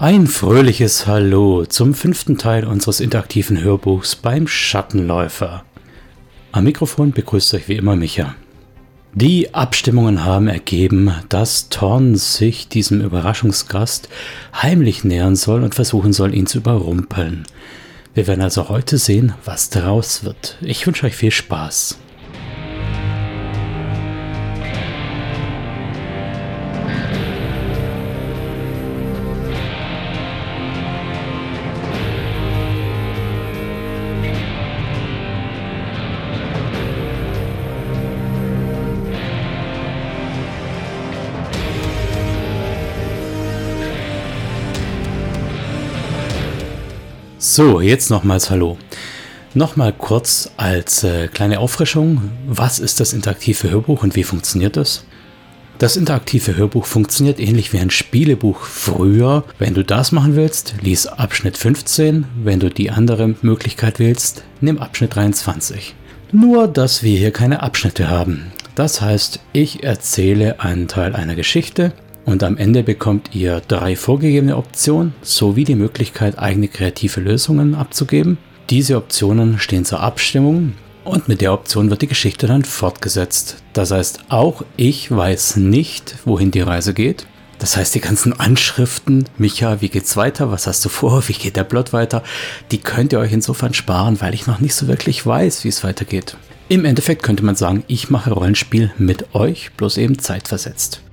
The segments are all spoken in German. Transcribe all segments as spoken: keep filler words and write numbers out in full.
Ein fröhliches Hallo zum fünften Teil unseres interaktiven Hörbuchs beim Schattenläufer. Am Mikrofon begrüßt euch wie immer Micha. Die Abstimmungen haben ergeben, dass Thorn sich diesem Überraschungsgast heimlich nähern soll und versuchen soll, ihn zu überrumpeln. Wir werden also heute sehen, was daraus wird. Ich wünsche euch viel Spaß. So, jetzt nochmals Hallo. Nochmal kurz als äh, kleine Auffrischung, was ist das interaktive Hörbuch und wie funktioniert es? Das interaktive Hörbuch funktioniert ähnlich wie ein Spielebuch früher. Wenn du das machen willst, lies Abschnitt fünfzehn. Wenn du die andere Möglichkeit wählst, nimm Abschnitt dreiundzwanzig. Nur, dass wir hier keine Abschnitte haben. Das heißt, ich erzähle einen Teil einer Geschichte. Und am Ende bekommt ihr drei vorgegebene Optionen sowie die Möglichkeit, eigene kreative Lösungen abzugeben. Diese Optionen stehen zur Abstimmung und mit der Option wird die Geschichte dann fortgesetzt. Das heißt, auch ich weiß nicht, wohin die Reise geht. Das heißt, die ganzen Anschriften, Micha, wie geht's weiter, was hast du vor, wie geht der Plot weiter, die könnt ihr euch insofern sparen, weil ich noch nicht so wirklich weiß, wie es weitergeht. Im Endeffekt könnte man sagen, ich mache Rollenspiel mit euch, bloß eben zeitversetzt.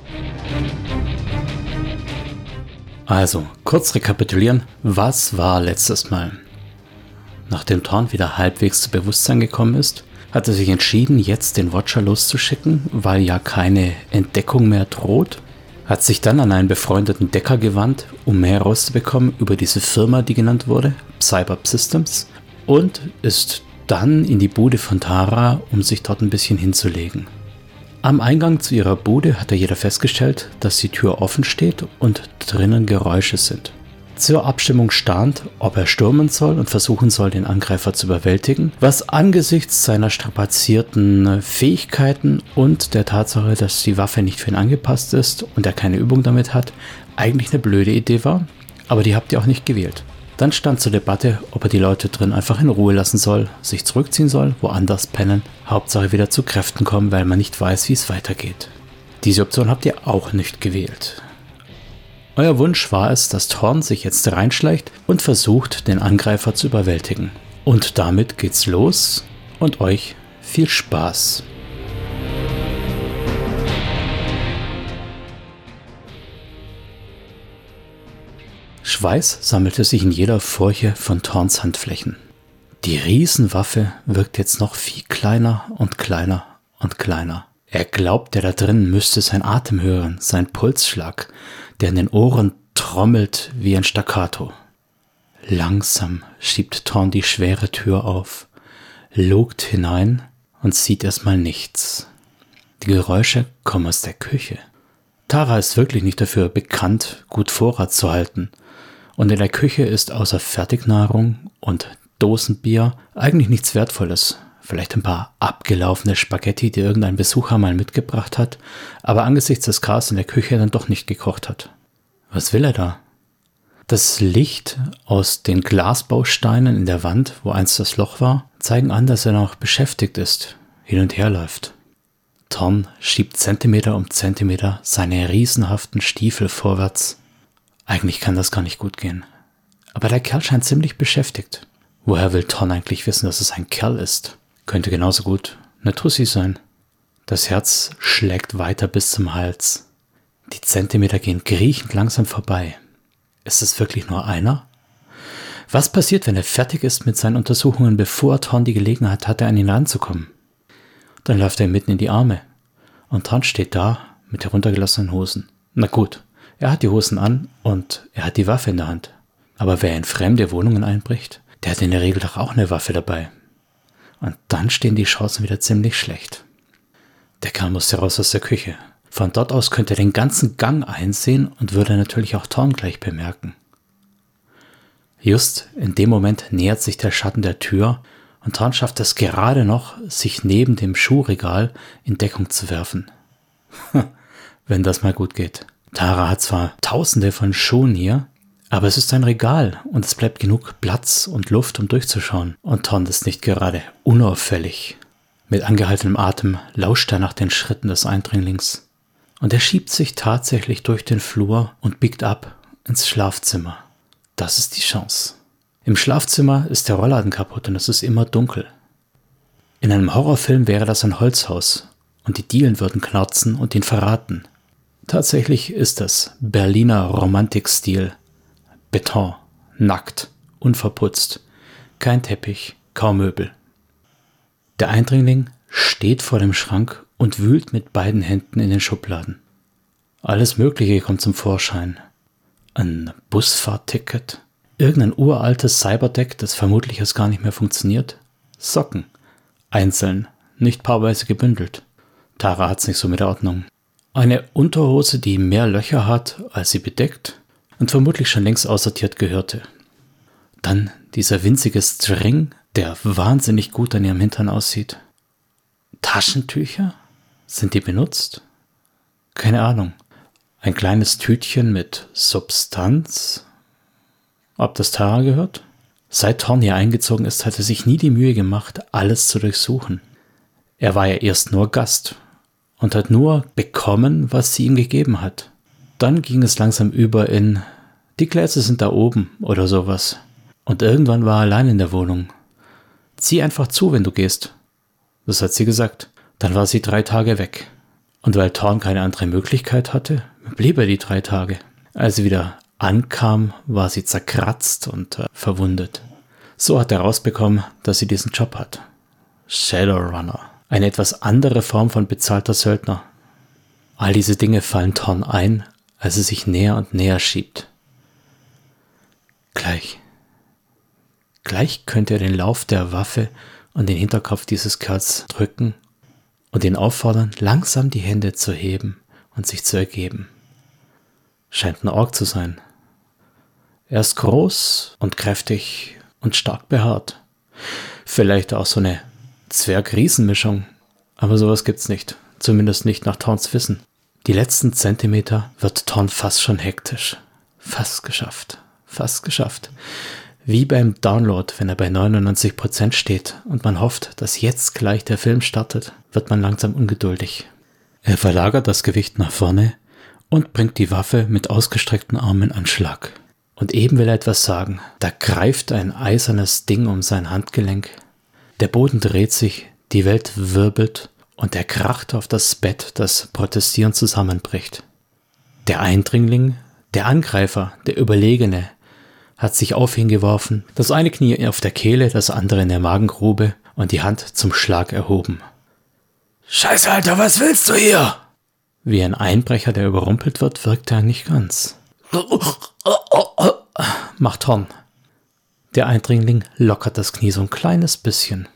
Also, kurz rekapitulieren, was war letztes Mal? Nachdem Thorn wieder halbwegs zu Bewusstsein gekommen ist, hat er sich entschieden, jetzt den Watcher loszuschicken, weil ja keine Entdeckung mehr droht, hat sich dann an einen befreundeten Decker gewandt, um mehr herauszubekommen über diese Firma, die genannt wurde, Cyborg Systems, und ist dann in die Bude von Tara, um sich dort ein bisschen hinzulegen. Am Eingang zu ihrer Bude hat jeder festgestellt, dass die Tür offen steht und drinnen Geräusche sind. Zur Abstimmung stand, ob er stürmen soll und versuchen soll, den Angreifer zu überwältigen, was angesichts seiner strapazierten Fähigkeiten und der Tatsache, dass die Waffe nicht für ihn angepasst ist und er keine Übung damit hat, eigentlich eine blöde Idee war, aber die habt ihr auch nicht gewählt. Dann stand zur Debatte, ob er die Leute drin einfach in Ruhe lassen soll, sich zurückziehen soll, woanders pennen, Hauptsache wieder zu Kräften kommen, weil man nicht weiß, wie es weitergeht. Diese Option habt ihr auch nicht gewählt. Euer Wunsch war es, dass Thorn sich jetzt reinschleicht und versucht, den Angreifer zu überwältigen. Und damit geht's los und euch viel Spaß. Schweiß sammelte sich in jeder Furche von Thorns Handflächen. Die Riesenwaffe wirkt jetzt noch viel kleiner und kleiner und kleiner. Er glaubt, der da drin müsste sein Atem hören, sein Pulsschlag, der in den Ohren trommelt wie ein Staccato. Langsam schiebt Thorn die schwere Tür auf, lugt hinein und sieht erstmal nichts. Die Geräusche kommen aus der Küche. Tara ist wirklich nicht dafür bekannt, gut Vorrat zu halten. Und in der Küche ist außer Fertignahrung und Dosenbier eigentlich nichts Wertvolles. Vielleicht ein paar abgelaufene Spaghetti, die irgendein Besucher mal mitgebracht hat, aber angesichts des Chaos in der Küche dann doch nicht gekocht hat. Was will er da? Das Licht aus den Glasbausteinen in der Wand, wo einst das Loch war, zeigen an, dass er noch beschäftigt ist, hin und her läuft. Thorn schiebt Zentimeter um Zentimeter seine riesenhaften Stiefel vorwärts. Eigentlich kann das gar nicht gut gehen. Aber der Kerl scheint ziemlich beschäftigt. Woher will Thorn eigentlich wissen, dass es ein Kerl ist? Könnte genauso gut eine Tussi sein. Das Herz schlägt weiter bis zum Hals. Die Zentimeter gehen kriechend langsam vorbei. Ist es wirklich nur einer? Was passiert, wenn er fertig ist mit seinen Untersuchungen, bevor Thorn die Gelegenheit hatte, an ihn ranzukommen? Dann läuft er mitten in die Arme. Und Thorn steht da mit heruntergelassenen Hosen. Na gut. Er hat die Hosen an und er hat die Waffe in der Hand. Aber wer in fremde Wohnungen einbricht, der hat in der Regel doch auch eine Waffe dabei. Und dann stehen die Chancen wieder ziemlich schlecht. Der Kerl muss heraus aus der Küche. Von dort aus könnte er den ganzen Gang einsehen und würde natürlich auch Thorn gleich bemerken. Just in dem Moment nähert sich der Schatten der Tür und Thorn schafft es gerade noch, sich neben dem Schuhregal in Deckung zu werfen. Wenn das mal gut geht. Tara hat zwar tausende von Schuhen hier, Aber es ist ein Regal und es bleibt genug Platz und Luft, um durchzuschauen. Und Thorn ist nicht gerade unauffällig. Mit angehaltenem Atem lauscht er nach den Schritten des Eindringlings. Und er schiebt sich tatsächlich durch den Flur und biegt ab ins Schlafzimmer. Das ist die Chance. Im Schlafzimmer ist der Rollladen kaputt und es ist immer dunkel. In einem Horrorfilm wäre das ein Holzhaus und die Dielen würden knarzen und ihn verraten. Tatsächlich ist es Berliner Romantikstil. Beton, nackt, unverputzt, kein Teppich, kaum Möbel. Der Eindringling steht vor dem Schrank und wühlt mit beiden Händen in den Schubladen. Alles Mögliche kommt zum Vorschein. Ein Busfahrtticket, irgendein uraltes Cyberdeck, das vermutlich erst gar nicht mehr funktioniert, Socken, einzeln, nicht paarweise gebündelt. Tara hat's nicht so mit der Ordnung. Eine Unterhose, die mehr Löcher hat, als sie bedeckt und vermutlich schon längst aussortiert gehörte. Dann dieser winzige String, der wahnsinnig gut an ihrem Hintern aussieht. Taschentücher? Sind die benutzt? Keine Ahnung. Ein kleines Tütchen mit Substanz? Ob das Tara gehört? Seit Thorn hier eingezogen ist, hat er sich nie die Mühe gemacht, alles zu durchsuchen. Er war ja erst nur Gast und hat nur bekommen, was sie ihm gegeben hat. Dann ging es langsam über in, die Gläser sind da oben oder sowas. Und irgendwann war er allein in der Wohnung. Zieh einfach zu, wenn du gehst. Das hat sie gesagt. Dann war sie drei Tage weg. Und weil Thorn keine andere Möglichkeit hatte, blieb er die drei Tage. Als sie wieder ankam, war sie zerkratzt und äh, verwundet. So hat er rausbekommen, dass sie diesen Job hat. Shadowrunner. Eine etwas andere Form von bezahlter Söldner. All diese Dinge fallen Thorn ein, als er sich näher und näher schiebt. Gleich. Gleich könnte er den Lauf der Waffe und den Hinterkopf dieses Kerls drücken und ihn auffordern, langsam die Hände zu heben und sich zu ergeben. Scheint ein Ork zu sein. Er ist groß und kräftig und stark behaart. Vielleicht auch so eine Zwerg-Riesen-Mischung, aber sowas gibt's nicht. Zumindest nicht nach Thorns Wissen. Die letzten Zentimeter wird Thorn fast schon hektisch. Fast geschafft. Fast geschafft. Wie beim Download, wenn er bei neunundneunzig Prozent steht und man hofft, dass jetzt gleich der Film startet, wird man langsam ungeduldig. Er verlagert das Gewicht nach vorne und bringt die Waffe mit ausgestreckten Armen an Schlag. Und eben will er etwas sagen. Da greift ein eisernes Ding um sein Handgelenk. Der Boden dreht sich, die Welt wirbelt und er kracht auf das Bett, das protestierend zusammenbricht. Der Eindringling, der Angreifer, der Überlegene, hat sich auf ihn geworfen, das eine Knie auf der Kehle, das andere in der Magengrube und die Hand zum Schlag erhoben. »Scheiße, Alter, was willst du hier?« Wie ein Einbrecher, der überrumpelt wird, wirkt er nicht ganz. Macht Thorn. Der Eindringling lockert das Knie so ein kleines bisschen.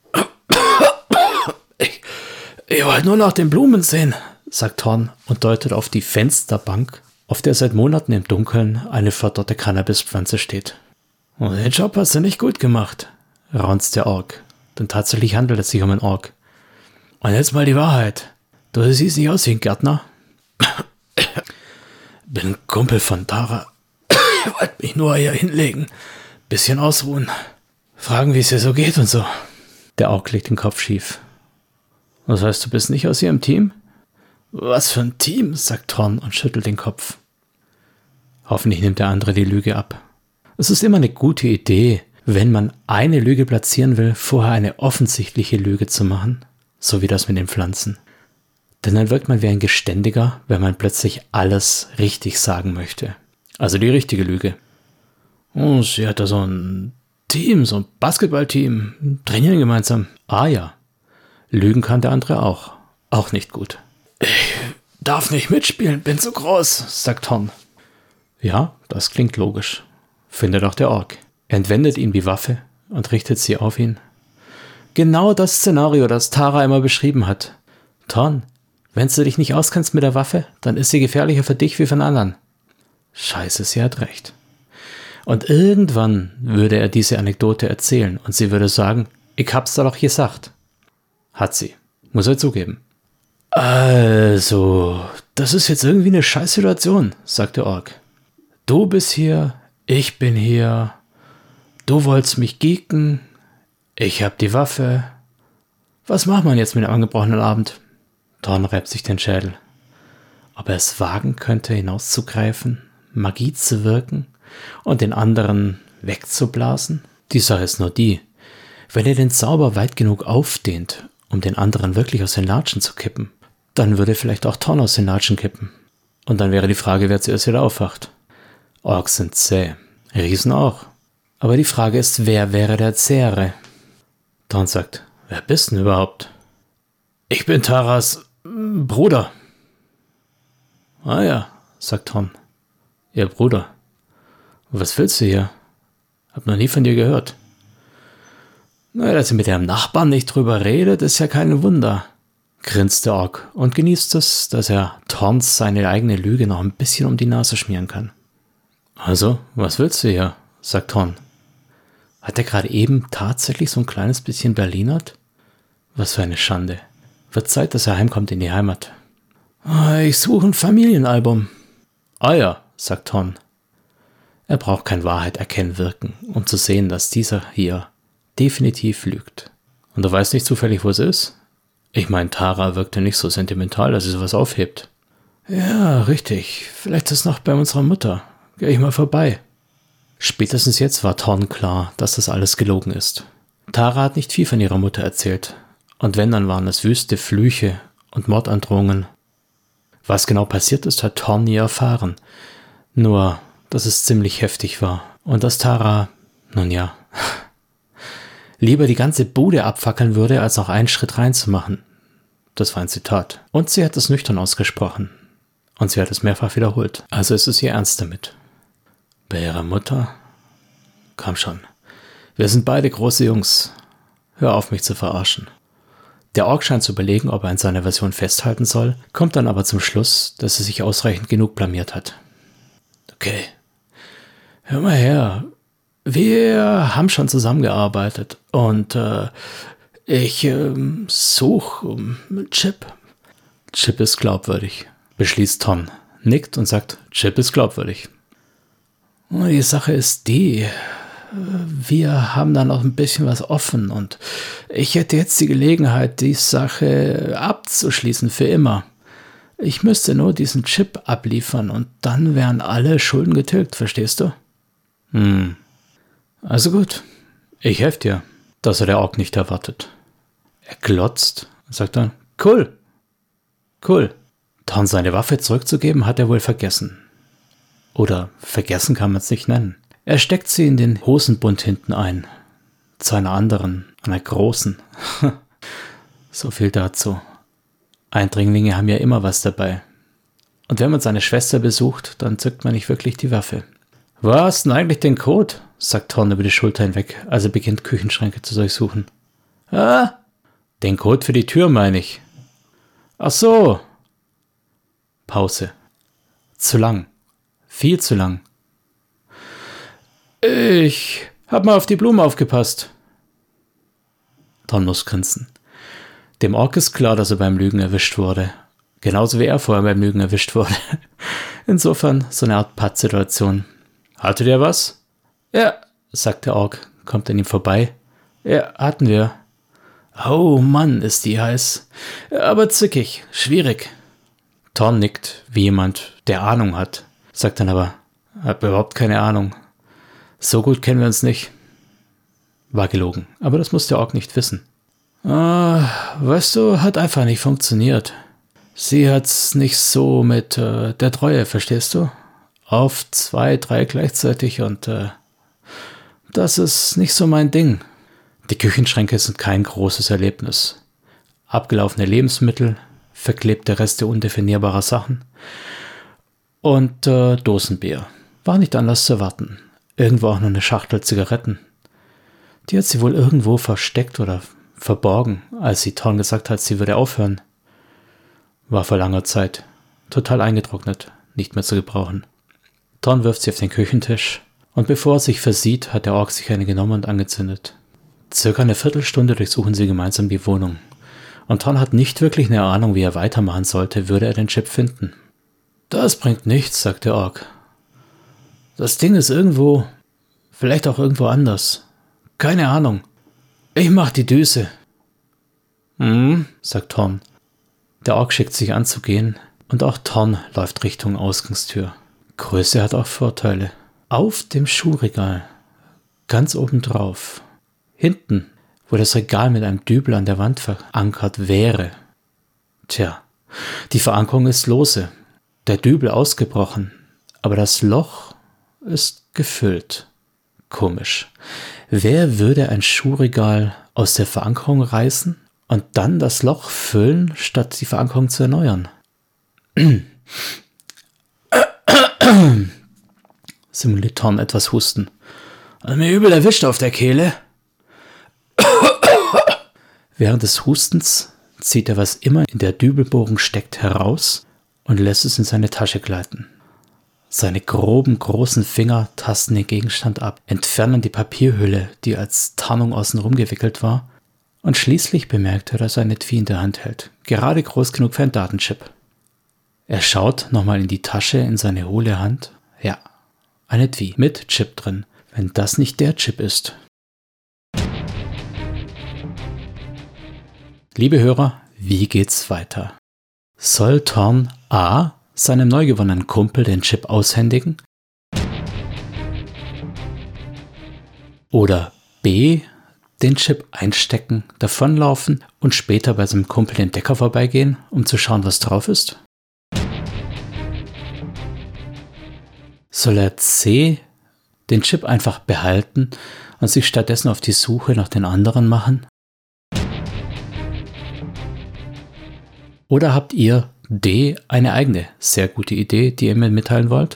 Ich, ich wollte nur nach den Blumen sehen, sagt Thorn und deutet auf die Fensterbank, auf der seit Monaten im Dunkeln eine verdorrte Cannabispflanze steht. Und den Job hast du nicht gut gemacht, raunzt der Ork. Denn tatsächlich handelt es sich um einen Ork. Und jetzt mal die Wahrheit. Du siehst nicht aus wie ein Gärtner. Bin ein Kumpel von Tara. Ich wollte mich nur hier hinlegen. Bisschen ausruhen. Fragen, wie es ihr so geht und so. Der Ork legt den Kopf schief. Das heißt, du bist nicht aus ihrem Team? Was für ein Team, sagt Thorn und schüttelt den Kopf. Hoffentlich nimmt der andere die Lüge ab. Es ist immer eine gute Idee, wenn man eine Lüge platzieren will, vorher eine offensichtliche Lüge zu machen, so wie das mit den Pflanzen. Denn dann wirkt man wie ein Geständiger, wenn man plötzlich alles richtig sagen möchte. Also die richtige Lüge. Oh, sie hat da so ein Team, so ein Basketballteam, trainieren gemeinsam. Ah ja, Lügen kann der andere auch. Auch nicht gut. Ich darf nicht mitspielen, bin zu groß, sagt Thorn. Ja, das klingt logisch, findet auch der Ork. Er entwendet ihm die Waffe und richtet sie auf ihn. Genau das Szenario, das Tara immer beschrieben hat. Thorn, wenn du dich nicht auskennst mit der Waffe, dann ist sie gefährlicher für dich wie für einen anderen. Scheiße, sie hat recht. Und irgendwann würde er diese Anekdote erzählen und sie würde sagen, ich hab's da doch gesagt. Hat sie. Muss er zugeben. Also, das ist jetzt irgendwie eine Scheißsituation, sagt der Ork. Du bist hier, Ich bin hier. Du wolltest mich geeken. Ich hab die Waffe. Was macht man jetzt mit dem angebrochenen Abend? Thorn reibt sich den Schädel. Ob er es wagen könnte, hinauszugreifen, Magie zu wirken und den anderen wegzublasen? Die Sache ist nur die, wenn er den Zauber weit genug aufdehnt, um den anderen wirklich aus den Latschen zu kippen, dann würde vielleicht auch Thorn aus den Latschen kippen. Und dann wäre die Frage, wer zuerst wieder aufwacht. Orks sind zäh, Riesen auch. Aber die Frage ist, wer wäre der Zähere? Thorn sagt, wer bist denn überhaupt? Ich bin Taras Bruder. Ah ja, sagt Thorn. Ihr Bruder. Was willst du hier? Hab noch nie von dir gehört. Na, dass ihr mit deinem Nachbarn nicht drüber redet, ist ja kein Wunder, grinst der Ork und genießt es, dass er Thorns seine eigene Lüge noch ein bisschen um die Nase schmieren kann. Also, was willst du hier? Sagt Thorn. Hat er gerade eben tatsächlich so ein kleines bisschen Berlinert? Was für eine Schande. Wird Zeit, dass er heimkommt in die Heimat. Ich suche ein Familienalbum. Ah ja, sagt Thorn. Er braucht kein Wahrheit erkennen wirken, um zu sehen, dass dieser hier definitiv lügt. Und er weiß nicht zufällig, wo es ist? Ich meine, Tara wirkte nicht so sentimental, dass sie sowas aufhebt. Ja, richtig. Vielleicht ist es noch bei unserer Mutter. Geh ich mal vorbei. Spätestens jetzt war Thorn klar, dass das alles gelogen ist. Tara hat nicht viel von ihrer Mutter erzählt. Und wenn, dann waren es wüste Flüche und Mordandrohungen. Was genau passiert ist, hat Thorn nie erfahren. Nur, dass es ziemlich heftig war. Und dass Tara, nun ja, lieber die ganze Bude abfackeln würde, als noch einen Schritt reinzumachen. Das war ein Zitat. Und sie hat es nüchtern ausgesprochen. Und sie hat es mehrfach wiederholt. Also ist es ihr ernst damit. Bei ihrer Mutter? Komm schon. Wir sind beide große Jungs. Hör auf, mich zu verarschen. Der Ork scheint zu überlegen, ob er an seiner Version festhalten soll, kommt dann aber zum Schluss, dass er sich ausreichend genug blamiert hat. Okay. Hör mal her. Wir haben schon zusammengearbeitet und äh, ich äh, suche um, Chip. Chip ist glaubwürdig, beschließt Thorn, nickt und sagt, Chip ist glaubwürdig. Die Sache ist die, wir haben da noch ein bisschen was offen und ich hätte jetzt die Gelegenheit, die Sache abzuschließen für immer. Ich müsste nur diesen Chip abliefern und dann wären alle Schulden getilgt, verstehst du? Hm. Also gut, ich helfe dir. Das hat der Ork nicht erwartet. Er glotzt und sagt dann, cool, cool. Thorn seine Waffe zurückzugeben, hat er wohl vergessen. Oder vergessen kann man es nicht nennen. Er steckt sie in den Hosenbund hinten ein. Zu einer anderen, einer großen. So viel dazu. Eindringlinge haben ja immer was dabei. Und wenn man seine Schwester besucht, dann zückt man nicht wirklich die Waffe. Wo hast denn eigentlich den Code? Sagt Thorn über die Schulter hinweg, als er beginnt, Küchenschränke zu durchsuchen. Ah, den Code für die Tür, meine ich. Ach so. Pause. Zu lang. Viel zu lang. Ich hab mal auf die Blumen aufgepasst. Thorn muss grinsen. Dem Ork ist klar, dass er beim Lügen erwischt wurde. Genauso wie er vorher beim Lügen erwischt wurde. Insofern so eine Art Pattsituation. Hattet ihr was? Ja, sagt der Ork, kommt an ihm vorbei. Ja, hatten wir. Oh Mann, ist die heiß. Aber zickig, schwierig. Thorn nickt, wie jemand, der Ahnung hat. Sagt dann aber, hab überhaupt keine Ahnung. So gut kennen wir uns nicht. War gelogen, aber das muss der Ork nicht wissen. Ah, weißt du, hat einfach nicht funktioniert. Sie hat's nicht so mit äh, der Treue, verstehst du? Auf zwei, drei gleichzeitig und äh, das ist nicht so mein Ding. Die Küchenschränke sind kein großes Erlebnis. Abgelaufene Lebensmittel, verklebte Reste undefinierbarer Sachen und äh, Dosenbier. War nicht anders zu erwarten. Irgendwo auch noch eine Schachtel Zigaretten. Die hat sie wohl irgendwo versteckt oder verborgen, als sie Thorn gesagt hat, sie würde aufhören. War vor langer Zeit. Total eingetrocknet, nicht mehr zu gebrauchen. Thorn wirft sie auf den Küchentisch und bevor er sich versieht, hat der Ork sich eine genommen und angezündet. Circa eine Viertelstunde durchsuchen sie gemeinsam die Wohnung. Und Thorn hat nicht wirklich eine Ahnung, wie er weitermachen sollte, würde er den Chip finden. Das bringt nichts, sagt der Ork. Das Ding ist irgendwo, vielleicht auch irgendwo anders. Keine Ahnung. Ich mach die Düse. Hm, sagt Thorn. Der Ork schickt sich anzugehen und auch Thorn läuft Richtung Ausgangstür. Größe hat auch Vorteile. Auf dem Schuhregal, ganz oben drauf, hinten, wo das Regal mit einem Dübel an der Wand verankert wäre. Tja, die Verankerung ist lose, der Dübel ausgebrochen, aber das Loch ist gefüllt. Komisch. Wer würde ein Schuhregal aus der Verankerung reißen und dann das Loch füllen, statt die Verankerung zu erneuern? Simuliert Thorn etwas Husten. Also mir übel erwischt auf der Kehle. Während des Hustens zieht er, was immer in der Dübelbohrung steckt, heraus und lässt es in seine Tasche gleiten. Seine groben, großen Finger tasten den Gegenstand ab, entfernen die Papierhülle, die als Tarnung außenrum gewickelt war, und schließlich bemerkt er, dass er ein Etui in der Hand hält, gerade groß genug für einen Datenchip. Er schaut nochmal in die Tasche, in seine hohle Hand. Ja, ein Etui mit Chip drin, wenn das nicht der Chip ist. Liebe Hörer, wie geht's weiter? Soll Thorn A. seinem neu gewonnenen Kumpel den Chip aushändigen? Oder B. den Chip einstecken, davonlaufen und später bei seinem Kumpel den Decker vorbeigehen, um zu schauen, was drauf ist? Soll er C. den Chip einfach behalten und sich stattdessen auf die Suche nach den anderen machen? Oder habt ihr D. eine eigene, sehr gute Idee, die ihr mir mitteilen wollt?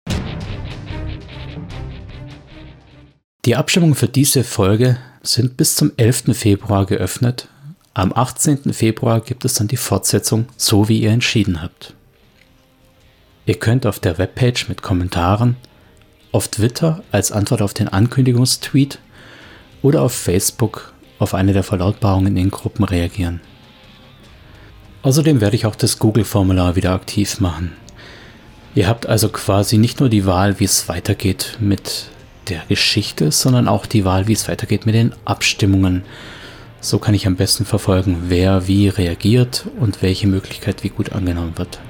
Die Abstimmungen für diese Folge sind bis zum elften Februar geöffnet. Am achtzehnten Februar gibt es dann die Fortsetzung, so wie ihr entschieden habt. Ihr könnt auf der Webpage mit Kommentaren, auf Twitter als Antwort auf den Ankündigungstweet oder auf Facebook auf eine der Verlautbarungen in den Gruppen reagieren. Außerdem werde ich auch das Google-Formular wieder aktiv machen. Ihr habt also quasi nicht nur die Wahl, wie es weitergeht mit der Geschichte, sondern auch die Wahl, wie es weitergeht mit den Abstimmungen. So kann ich am besten verfolgen, wer wie reagiert und welche Möglichkeit wie gut angenommen wird.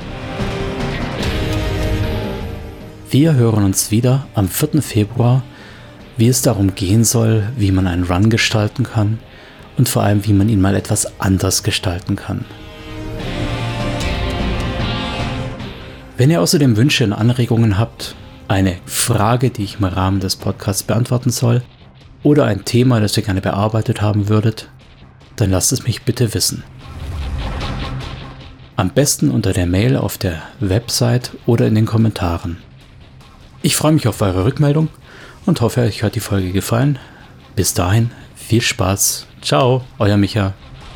Wir hören uns wieder am vierten Februar, wie es darum gehen soll, wie man einen Run gestalten kann und vor allem, wie man ihn mal etwas anders gestalten kann. Wenn ihr außerdem Wünsche und Anregungen habt, eine Frage, die ich im Rahmen des Podcasts beantworten soll, oder ein Thema, das ihr gerne bearbeitet haben würdet, dann lasst es mich bitte wissen. Am besten unter der Mail auf der Website oder in den Kommentaren. Ich freue mich auf eure Rückmeldung und hoffe, euch hat die Folge gefallen. Bis dahin, viel Spaß. Ciao, euer Micha.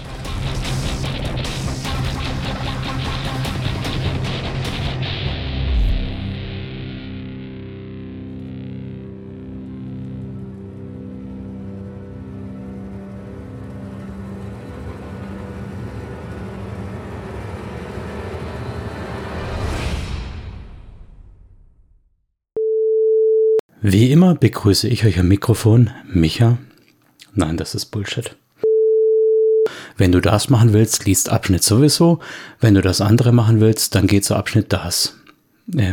Wie immer begrüße ich euch am Mikrofon, Micha. Nein, das ist Bullshit. Wenn du das machen willst, liest Abschnitt sowieso. Wenn du das andere machen willst, dann geh zu Abschnitt das. Äh.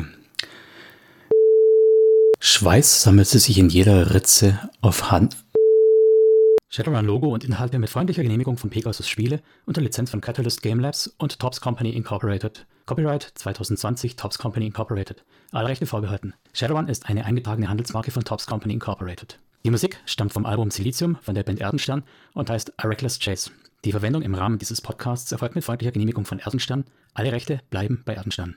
Schweiß sammelte sich in jeder Ritze auf Hand. Shadowrun-Logo und Inhalte mit freundlicher Genehmigung von Pegasus Spiele unter Lizenz von Catalyst Game Labs und Topps Company Incorporated. Copyright zwanzig zwanzig Topps Company Incorporated. Alle Rechte vorbehalten. Shadowrun ist eine eingetragene Handelsmarke von Topps Company Incorporated. Die Musik stammt vom Album Silicium von der Band Erdenstern und heißt A Reckless Chase. Die Verwendung im Rahmen dieses Podcasts erfolgt mit freundlicher Genehmigung von Erdenstern. Alle Rechte bleiben bei Erdenstern.